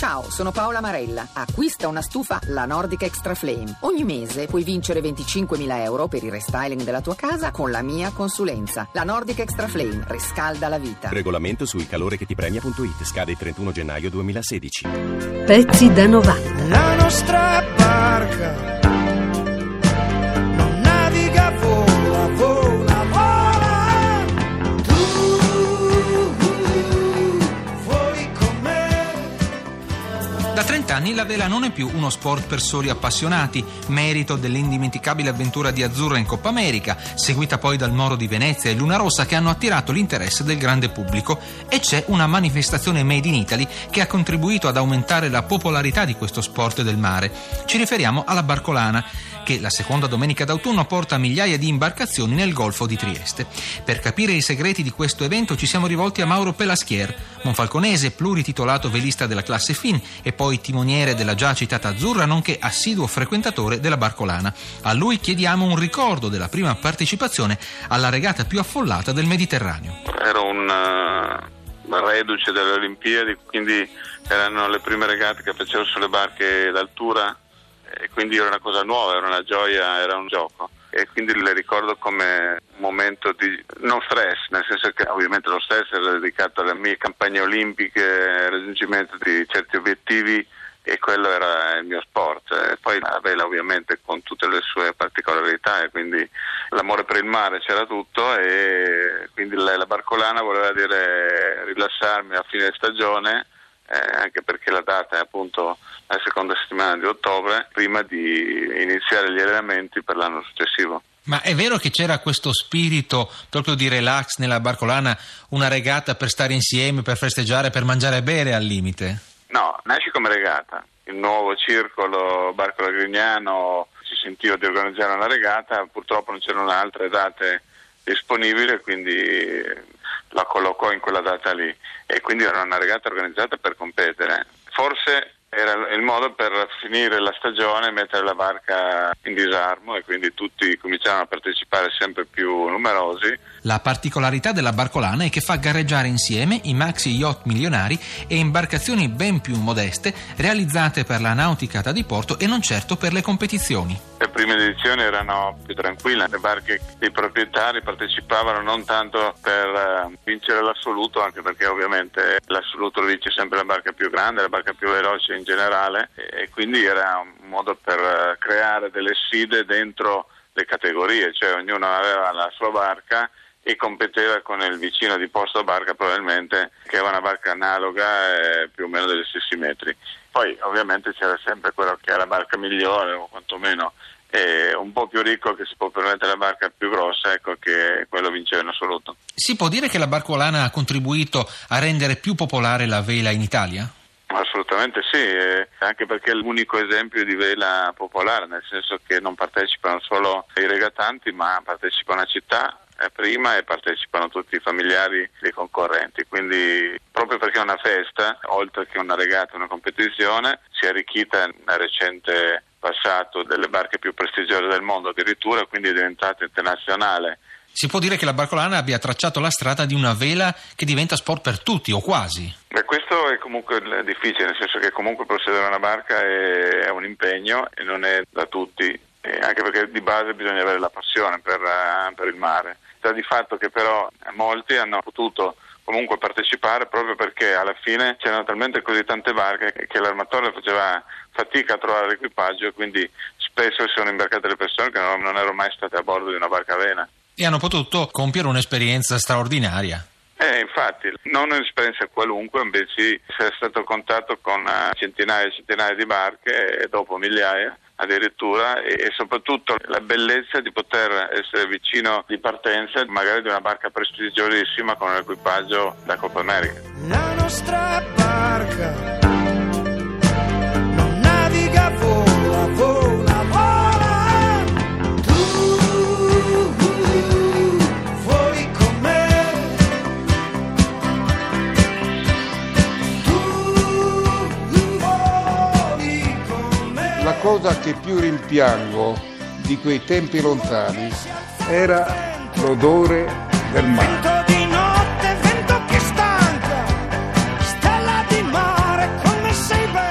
Ciao, sono Paola Marella. Acquista una stufa La Nordic Extra Flame. Ogni mese puoi vincere 25.000 euro per il restyling della tua casa con la mia consulenza. La Nordic Extra Flame riscalda la vita. Regolamento su ilcalorechettipremia.it. Scade il 31 gennaio 2016. Pezzi da 90. La nostra barca non naviga, vola, vola, vola. Tu vuoi con me? Da 30 anni la vela non è più uno sport per soli appassionati, merito dell'indimenticabile avventura di Azzurra in Coppa America, seguita poi dal Moro di Venezia e Luna Rossa, che hanno attirato l'interesse del grande pubblico, e c'è una manifestazione made in Italy che ha contribuito ad aumentare la popolarità di questo sport del mare. Ci riferiamo alla Barcolana, che la seconda domenica d'autunno porta migliaia di imbarcazioni nel Golfo di Trieste. Per capire i segreti di questo evento ci siamo rivolti a Mauro Pelaschier, monfalconese, plurititolato velista della classe FIN e poi timoniere della già citata Azzurra, nonché assiduo frequentatore della Barcolana. A lui chiediamo un ricordo della prima partecipazione alla regata più affollata del Mediterraneo. Ero un reduce delle Olimpiadi, quindi erano le prime regate che facevo sulle barche d'altura e quindi era una cosa nuova, era una gioia, era un gioco, e quindi le ricordo come un momento di non stress, nel senso che ovviamente lo stress era dedicato alle mie campagne olimpiche, al raggiungimento di certi obiettivi, e quello era il mio sport. E poi la vela ovviamente con tutte le sue particolarità, e quindi l'amore per il mare c'era tutto, e quindi la Barcolana voleva dire rilassarmi a fine stagione, anche perché la data è appunto la seconda settimana di ottobre, prima di iniziare gli allenamenti per l'anno successivo. Ma è vero che c'era questo spirito proprio di relax nella Barcolana, una regata per stare insieme, per festeggiare, per mangiare e bere al limite? No, nasce come regata. Il nuovo circolo Barcola Grignano si sentiva di organizzare una regata, purtroppo non c'erano altre date disponibili, quindi la collocò in quella data lì, e quindi era una regata organizzata per competere. Forse era il modo per finire la stagione e mettere la barca in disarmo, e quindi tutti cominciarono a partecipare sempre più numerosi. La particolarità della Barcolana è che fa gareggiare insieme i maxi yacht milionari e imbarcazioni ben più modeste, realizzate per la nautica da diporto e non certo per le competizioni. Le prime edizioni erano più tranquille, le barche dei proprietari partecipavano non tanto per vincere l'assoluto, anche perché ovviamente l'assoluto lo vince sempre la barca più grande, la barca più veloce in generale, e quindi era un modo per creare delle sfide dentro le categorie, cioè ognuno aveva la sua barca e competeva con il vicino di posto a barca, probabilmente, che aveva una barca analoga e più o meno degli stessi metri. Poi ovviamente c'era sempre quello che era la barca migliore, o quantomeno un po' più ricco, che si può permettere la barca più grossa, ecco, che quello vinceva in assoluto. Si può dire che la Barcolana ha contribuito a rendere più popolare la vela in Italia? Assolutamente sì, anche perché è l'unico esempio di vela popolare, nel senso che non partecipano solo i regatanti, ma partecipa una città prima, e partecipano tutti i familiari dei concorrenti, quindi proprio perché è una festa, oltre che una regata, una competizione, si è arricchita nel recente passato delle barche più prestigiose del mondo addirittura, quindi è diventata internazionale. Si può dire che la Barcolana abbia tracciato la strada di una vela che diventa sport per tutti, o quasi? Questo è comunque difficile, nel senso che comunque possedere una barca è un impegno e non è da tutti, anche perché di base bisogna avere la passione per il mare. Sta di fatto che però molti hanno potuto comunque partecipare proprio perché alla fine c'erano talmente così tante barche che l'armatore faceva fatica a trovare l'equipaggio, e quindi spesso si sono imbarcate le persone che non erano mai state a bordo di una barca a vela. E hanno potuto compiere un'esperienza straordinaria. Infatti, non un'esperienza qualunque, invece c'è stato contatto con centinaia e centinaia di barche, e dopo migliaia addirittura, e soprattutto la bellezza di poter essere vicino di partenza magari di una barca prestigiosissima con un equipaggio da Coppa America. La nostra barca non naviga, vola, vola, vola. Tu vuoi con me? Tu vuoi con me? La cosa che più rimpiango di quei tempi lontani era l'odore del mare. Vento di notte, vento che stanca, stella di mare, come sei bella.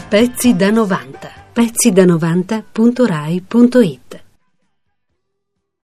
Pezzi da 90. Pezzi da 90.rai.it